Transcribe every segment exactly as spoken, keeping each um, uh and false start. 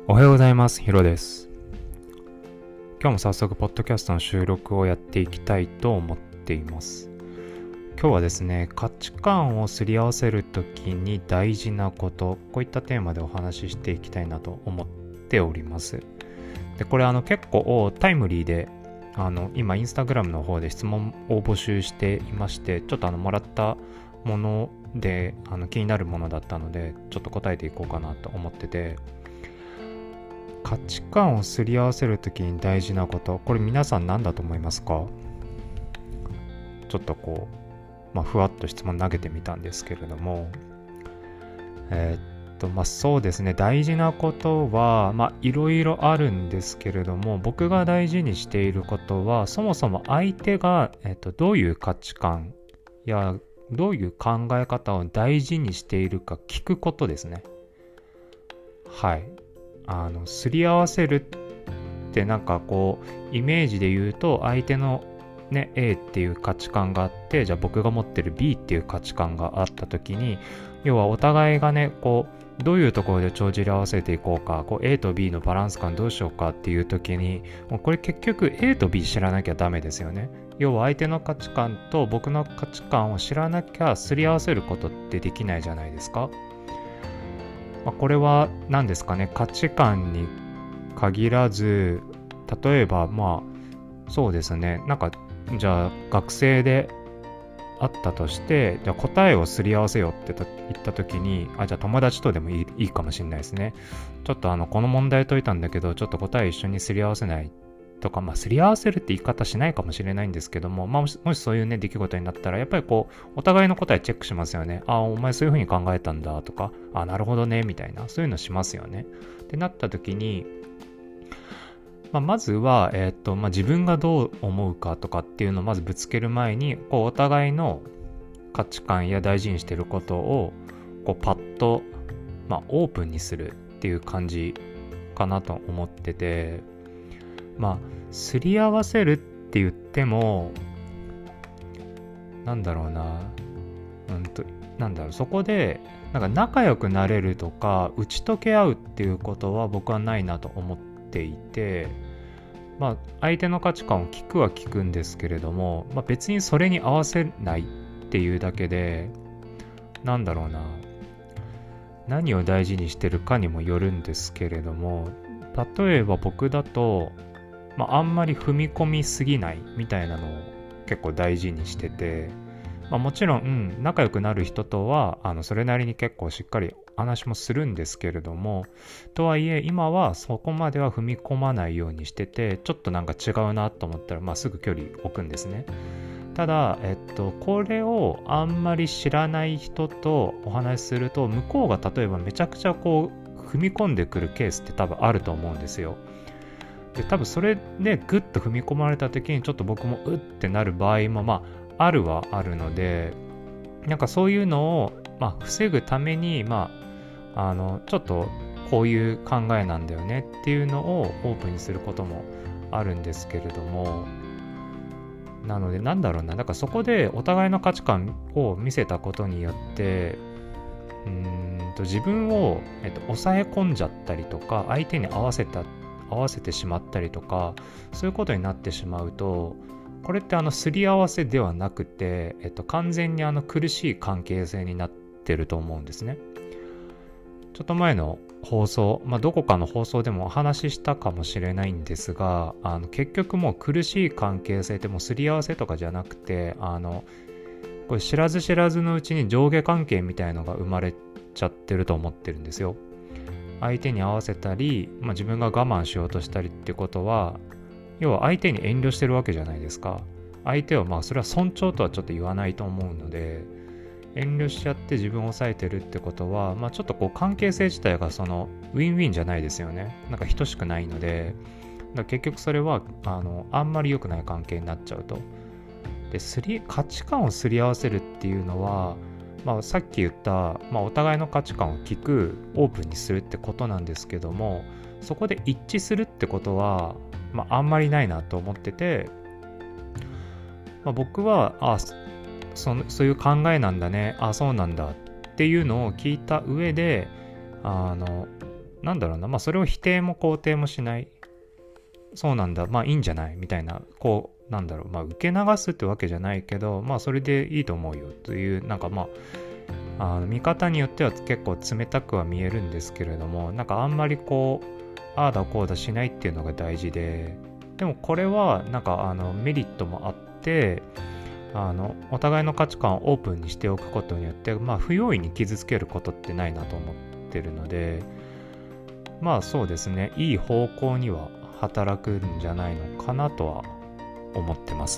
おはようございます。ヒロです。今日も早速ポッドキャストの収録をやっていきたいと思っています。今日はですね、価値観をすり合わせるときに大事なこと、こういったテーマでお話ししていきたいなと思っております。で、これあの結構タイムリーで、あの今インスタグラムの方で質問を募集していまして、ちょっとあのもらったものであの気になるものだったので、ちょっと答えていこうかなと思ってて、価値観をすり合わせるときに大事なこと、これ皆さん何だと思いますか？ちょっとこう、まあ、ふわっと質問投げてみたんですけれども、えー、っとまあそうですね、大事なことはまあいろいろあるんですけれども、僕が大事にしていることは、そもそも相手が、えー、っとどういう価値観やどういう考え方を大事にしているか聞くことですね。はい。あのすり合わせるってなんかこうイメージで言うと、相手のね A っていう価値観があって、じゃあ僕が持ってる B っていう価値観があった時に、要はお互いがねこうどういうところで帳尻合わせていこうか、こう A と B のバランス感どうしようかっていう時に、もうこれ結局 A と B 知らなきゃダメですよね。要は相手の価値観と僕の価値観を知らなきゃすり合わせることってできないじゃないですか。まあ、これは何ですかね、価値観に限らず、例えばまあそうですね、なんかじゃあ学生であったとして、じゃあ答えをすり合わせようって言った時に、あじゃあ友達とでもいい、いいかもしれないですね。ちょっとあのこの問題解いたんだけど、ちょっと答え一緒にすり合わせないとか、まあすり合わせるって言い方しないかもしれないんですけども、まあもし、もしそういうね出来事になったら、やっぱりこうお互いの答えチェックしますよね。あお前そういう風に考えたんだとか、あなるほどねみたいな、そういうのしますよね。ってなった時に、まあ、まずは、えーとまあ、自分がどう思うかとかっていうのをまずぶつける前に、こうお互いの価値観や大事にしていることをこうパッと、まあ、オープンにするっていう感じかなと思ってて、まあすり合わせるって言ってもなんだろうなうんとなんだろうそこでなんか仲良くなれるとか打ち解け合うっていうことは僕はないなと思っていて、まあ相手の価値観を聞くは聞くんですけれども、まあ、別にそれに合わせないっていうだけで、なんだろうな何を大事にしてるかにもよるんですけれども、例えば僕だと、まあ、あんまり踏み込みすぎないみたいなのを結構大事にしてて、まあ、もちろん、うん、仲良くなる人とはあのそれなりに結構しっかり話もするんですけれども、とはいえ今はそこまでは踏み込まないようにしてて、ちょっとなんか違うなと思ったら、まあ、すぐ距離置くんですね。ただ、えっと、これをあんまり知らない人とお話しすると、向こうが例えばめちゃくちゃこう踏み込んでくるケースって多分あると思うんですよ。で多分それでグッと踏み込まれた時にちょっと僕もうってなる場合もまああるはあるので、なんかそういうのをまあ防ぐために、まああのちょっとこういう考えなんだよねっていうのをオープンにすることもあるんですけれども、なのでなんだろうな、だからそこでお互いの価値観を見せたことによってうーんと自分を、えっと、抑え込んじゃったりとか、相手に合わせた合わせてしまったりとか、そういうことになってしまうと、これってあのすり合わせではなくて、えっと、完全にあの苦しい関係性になってると思うんですね。ちょっと前の放送、まあ、どこかの放送でもお話ししたかもしれないんですが、あの結局もう苦しい関係性ってもうすり合わせとかじゃなくて、あのこれ知らず知らずのうちに上下関係みたいのが生まれちゃってると思ってるんですよ。相手に合わせたり、まあ、自分が我慢しようとしたりってことは、要は相手に遠慮してるわけじゃないですか。相手はまあそれは尊重とはちょっと言わないと思うので、遠慮しちゃって自分を抑えてるってことは、まあ、ちょっとこう関係性自体がそのウィンウィンじゃないですよね。なんか等しくないので、だから結局それはあのあんまり良くない関係になっちゃうと。ですり価値観をすり合わせるっていうのは、まあ、さっき言った、まあ、お互いの価値観を聞く、オープンにするってことなんですけども、そこで一致するってことは、まあ、あんまりないなと思ってて、まあ、僕はあそのそういう考えなんだね、あそうなんだっていうのを聞いた上で、あのなんだろうな、まあそれを否定も肯定もしない、そうなんだ、まあいいんじゃないみたいな、こうなんだろう、まあ受け流すってわけじゃないけど、まあそれでいいと思うよという、なんかまああの見方によっては結構冷たくは見えるんですけれども、なんかあんまりこうああだこうだしないっていうのが大事で、でもこれはなんかあのメリットもあって、あのお互いの価値観をオープンにしておくことによって、まあ不用意に傷つけることってないなと思ってるので、まあそうですね、いい方向には働くんじゃないのかなとは思ってます。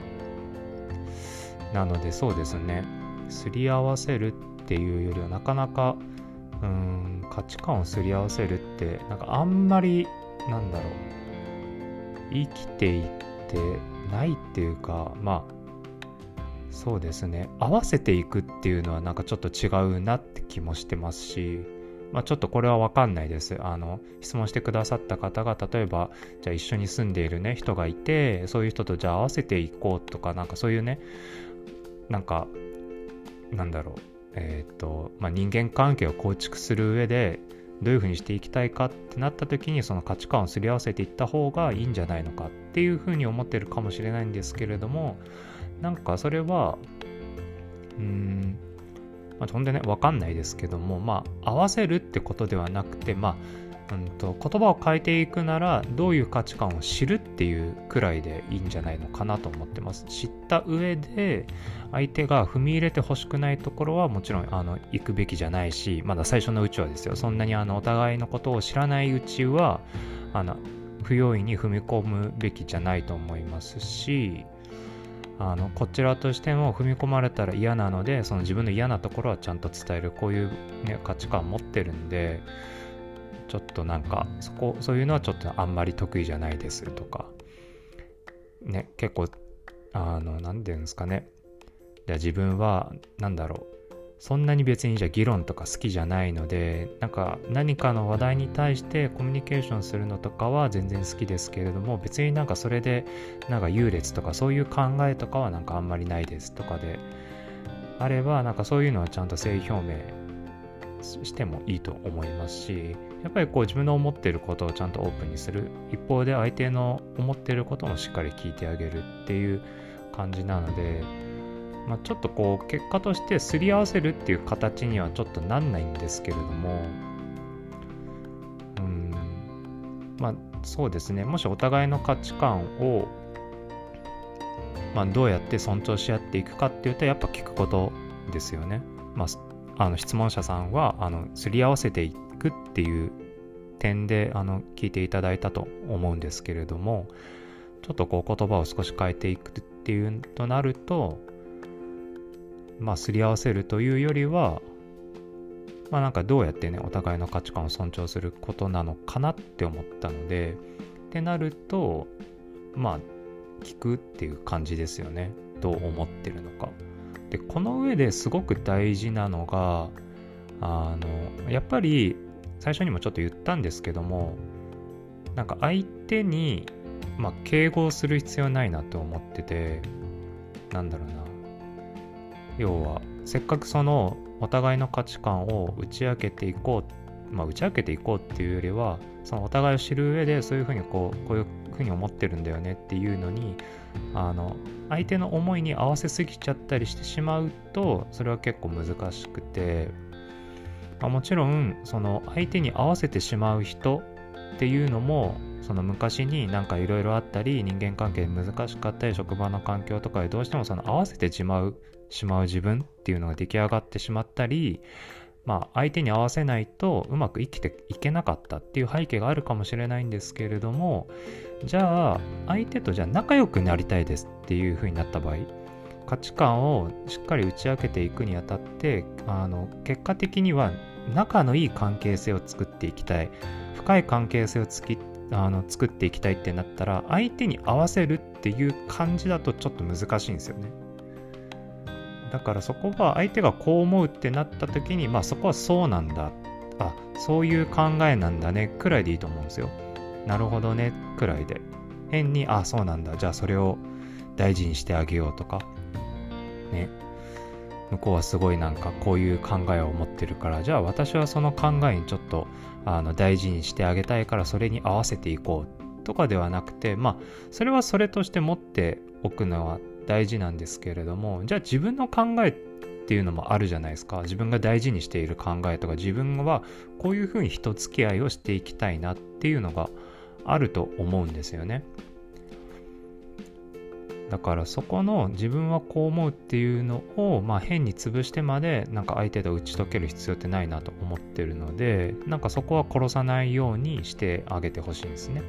なのでそうですね、すり合わせるっていうよりはなかなかうーん価値観をすり合わせるってなんかあんまりなんだろう生きていってないっていうか、まあそうですね、合わせていくっていうのはなんかちょっと違うなって気もしてますし、まあちょっとこれは分かんないです。あの質問してくださった方が例えばじゃあ一緒に住んでいるね人がいて、そういう人とじゃあ合わせていこうとか、なんかそういうね、なんかなんだろうえっとまあ人間関係を構築する上でどういうふうにしていきたいかってなった時に、その価値観をすり合わせていった方がいいんじゃないのかっていうふうに思ってるかもしれないんですけれども、なんかそれはうーんまあほんでね分かんないですけども、まあ合わせるってことではなくて、まあうんと言葉を変えていくならどういう価値観を知るっていうくらいでいいんじゃないのかなと思ってます。知った上で相手が踏み入れてほしくないところはもちろんあの行くべきじゃないし、まだ最初のうちはですよ、そんなにあのお互いのことを知らないうちはあの不用意に踏み込むべきじゃないと思いますし、あのこちらとしても踏み込まれたら嫌なので、その自分の嫌なところはちゃんと伝える、こういう、ね、価値観を持ってるんで、ちょっとなんかそこそういうのはちょっとあんまり得意じゃないですとかね、結構あの何て言うんですかね、じゃあ自分はなんだろうそんなに別にじゃあ議論とか好きじゃないので、なんか何かの話題に対してコミュニケーションするのとかは全然好きですけれども、別になんかそれでなんか優劣とかそういう考えとかはなんかあんまりないですとかであれば、なんかそういうのはちゃんと誠意表明してもいいと思いますし、やっぱりこう自分の思っていることをちゃんとオープンにする一方で、相手の思っていることもしっかり聞いてあげるっていう感じなので、まあ、ちょっとこう結果としてすり合わせるっていう形にはちょっとなんないんですけれども、うーんまあそうですね、もしお互いの価値観を、まあ、どうやって尊重し合っていくかっていうと、やっぱ聞くことですよね。まあ、あの質問者さんはあのすり合わせていくっていう点であの聞いていただいたと思うんですけれども、ちょっとこう言葉を少し変えていくっていうとなると、まあすり合わせるというよりは、まあなんかどうやってねお互いの価値観を尊重することなのかなって思ったので、ってなるとまあ聞くっていう感じですよね。どう思ってるのか。でこの上ですごく大事なのが、あのやっぱり最初にもちょっと言ったんですけども、なんか相手にまあ敬語をする必要ないなと思ってて、なんだろうな、要はせっかくそのお互いの価値観を打ち明けていこう、まあ打ち明けていこうっていうよりは、そのお互いを知る上でそういうふうにこうこういうふうに思ってるんだよねっていうのに、あの相手の思いに合わせすぎちゃったりしてしまうと、それは結構難しくて、まあ、もちろんその相手に合わせてしまう人っていうのも、その昔になんかいろいろあったり、人間関係難しかったり、職場の環境とかでどうしてもその合わせてしまうしまう自分っていうのが出来上がってしまったり、まあ相手に合わせないとうまく生きていけなかったっていう背景があるかもしれないんですけれども、じゃあ相手とじゃあ仲良くなりたいですっていう風になった場合、価値観をしっかり打ち明けていくにあたって、あの結果的には仲のいい関係性を作っていきたい、深い関係性をつきあの作っていきたいってなったら、相手に合わせるっていう感じだとちょっと難しいんですよね。だからそこは相手がこう思うってなった時に、まあそこはそうなんだ、あ、そういう考えなんだねくらいでいいと思うんですよ。なるほどねくらいで、変にあそうなんだ、じゃあそれを大事にしてあげようとかね、 向こうはすごいなんかこういう考えを持ってるから、じゃあ私はその考えにちょっとあの大事にしてあげたいからそれに合わせていこうとかではなくて、まあそれはそれとして持っておくのは大事なんですけれども、じゃあ自分の考えっていうのもあるじゃないですか。自分が大事にしている考えとか、自分はこういうふうに人付き合いをしていきたいなっていうのがあると思うんですよね。だからそこの自分はこう思うっていうのを、まあ、変に潰してまでなんか相手と打ち解ける必要ってないなと思ってるので、なんかそこは殺さないようにしてあげてほしいんですね。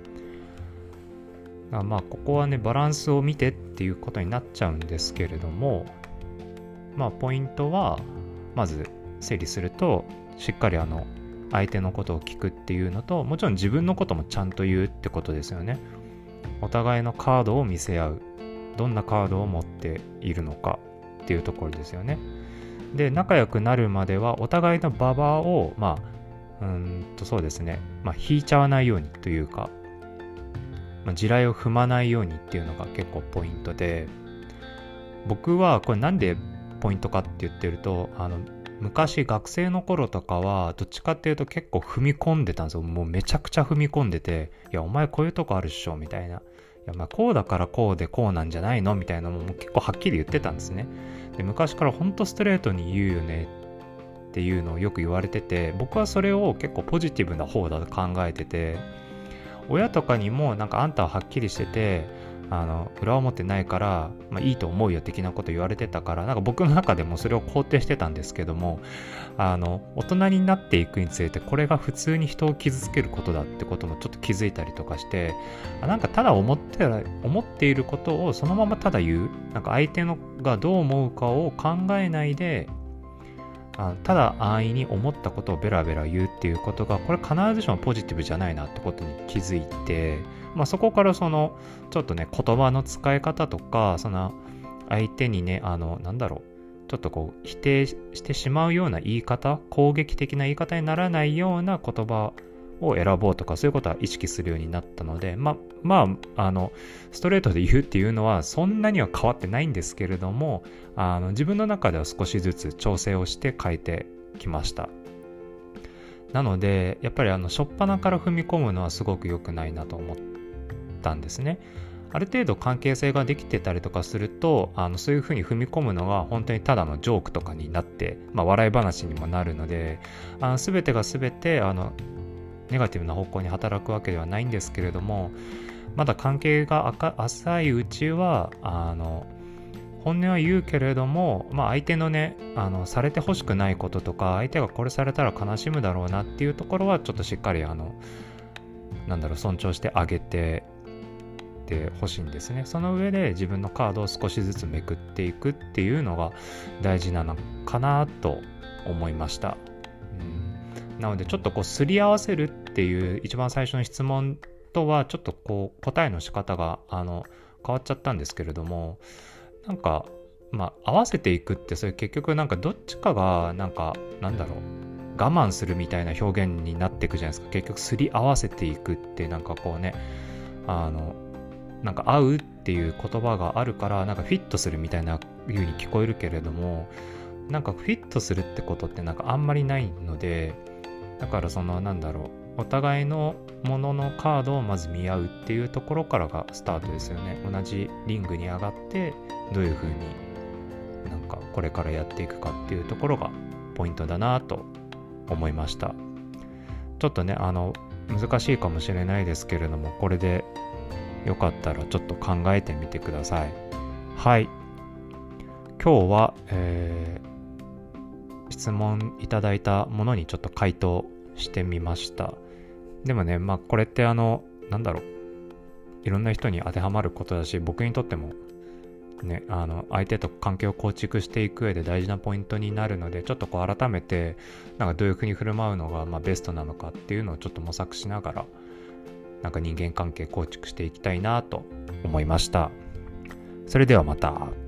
だからまあここはね、バランスを見てっていうことになっちゃうんですけれども、まあポイントはまず整理すると、しっかりあの相手のことを聞くっていうのと、もちろん自分のこともちゃんと言うってことですよね。お互いのカードを見せ合う、どんなカードを持っているのかっていうところですよね。で、仲良くなるまではお互いのババをまあうーんとそうですね、まあ引いちゃわないようにというか、まあ、地雷を踏まないようにっていうのが結構ポイントで、僕はこれなんでポイントかって言ってると、あの昔学生の頃とかはどっちかっていうと結構踏み込んでたんですよ。もうめちゃくちゃ踏み込んでて、いやお前こういうとこあるっしょみたいな、いやまあこうだからこうでこうなんじゃないのみたいなのも結構はっきり言ってたんですね。で、昔からほんとストレートに言うよねっていうのをよく言われてて、僕はそれを結構ポジティブな方だと考えてて、親とかにもなんかあんたははっきりしてて、あの裏表ないから、まあ、いいと思うよ的なこと言われてたから、なんか僕の中でもそれを肯定してたんですけども、あの大人になっていくにつれてこれが普通に人を傷つけることだってこともちょっと気づいたりとかして、あなんかただ思って思っていることをそのままただ言う、なんか相手のがどう思うかを考えないで、あただ安易に思ったことをベラベラ言うっていうことが、これ必ずしもポジティブじゃないなってことに気づいて、まあ、そこからそのちょっとね、言葉の使い方とか、その相手にね、あのなんだろう、ちょっとこう否定してしまうような言い方、攻撃的な言い方にならないような言葉を選ぼうとか、そういうことは意識するようになったので、まあまああのストレートで言うっていうのはそんなには変わってないんですけれども、あの自分の中では少しずつ調整をして変えてきました。なのでやっぱりあの初っ端から踏み込むのはすごく良くないなと思ったんですね。ある程度関係性ができてたりとかすると、あのそういう風に踏み込むのが本当にただのジョークとかになって、まあ、笑い話にもなるので、あの全てが全てあのネガティブな方向に働くわけではないんですけれども、まだ関係が浅いうちはあの本音は言うけれども、まあ、相手のね、あのされてほしくないこととか、相手がこれされたら悲しむだろうなっていうところはちょっとしっかりあのなんだろう尊重してあげてってほしいんですね。その上で自分のカードを少しずつめくっていくっていうのが大事なのかなと思いました。うん、なのでちょっとこうすり合わせるっていう一番最初の質問とはちょっとこう答えの仕方があの変わっちゃったんですけれども、なんかまあ合わせていくって、それ結局なんかどっちかがなんかなんだろう我慢するみたいな表現になっていくじゃないですか。結局すり合わせていくってなんかこうね、あのなんか合うっていう言葉があるからなんかフィットするみたいな風に聞こえるけれども、なんかフィットするってことってなんかあんまりないので、だからそのなんだろう、お互いのもののカードをまず見合うっていうところからがスタートですよね。同じリングに上がってどういう風になんかこれからやっていくかっていうところがポイントだなと思いました。ちょっとねあの難しいかもしれないですけれども、これでよかったらちょっと考えてみてください。はい、今日は、えー、質問いただいたものにちょっと回答してみました。でもね、まあこれってあのなんだろう、いろんな人に当てはまることだし、僕にとってもね、あの相手と関係を構築していく上で大事なポイントになるので、ちょっとこう改めてなんかどういうふうに振る舞うのがまあベストなのかっていうのをちょっと模索しながらなんか人間関係構築していきたいなと思いました。それではまた。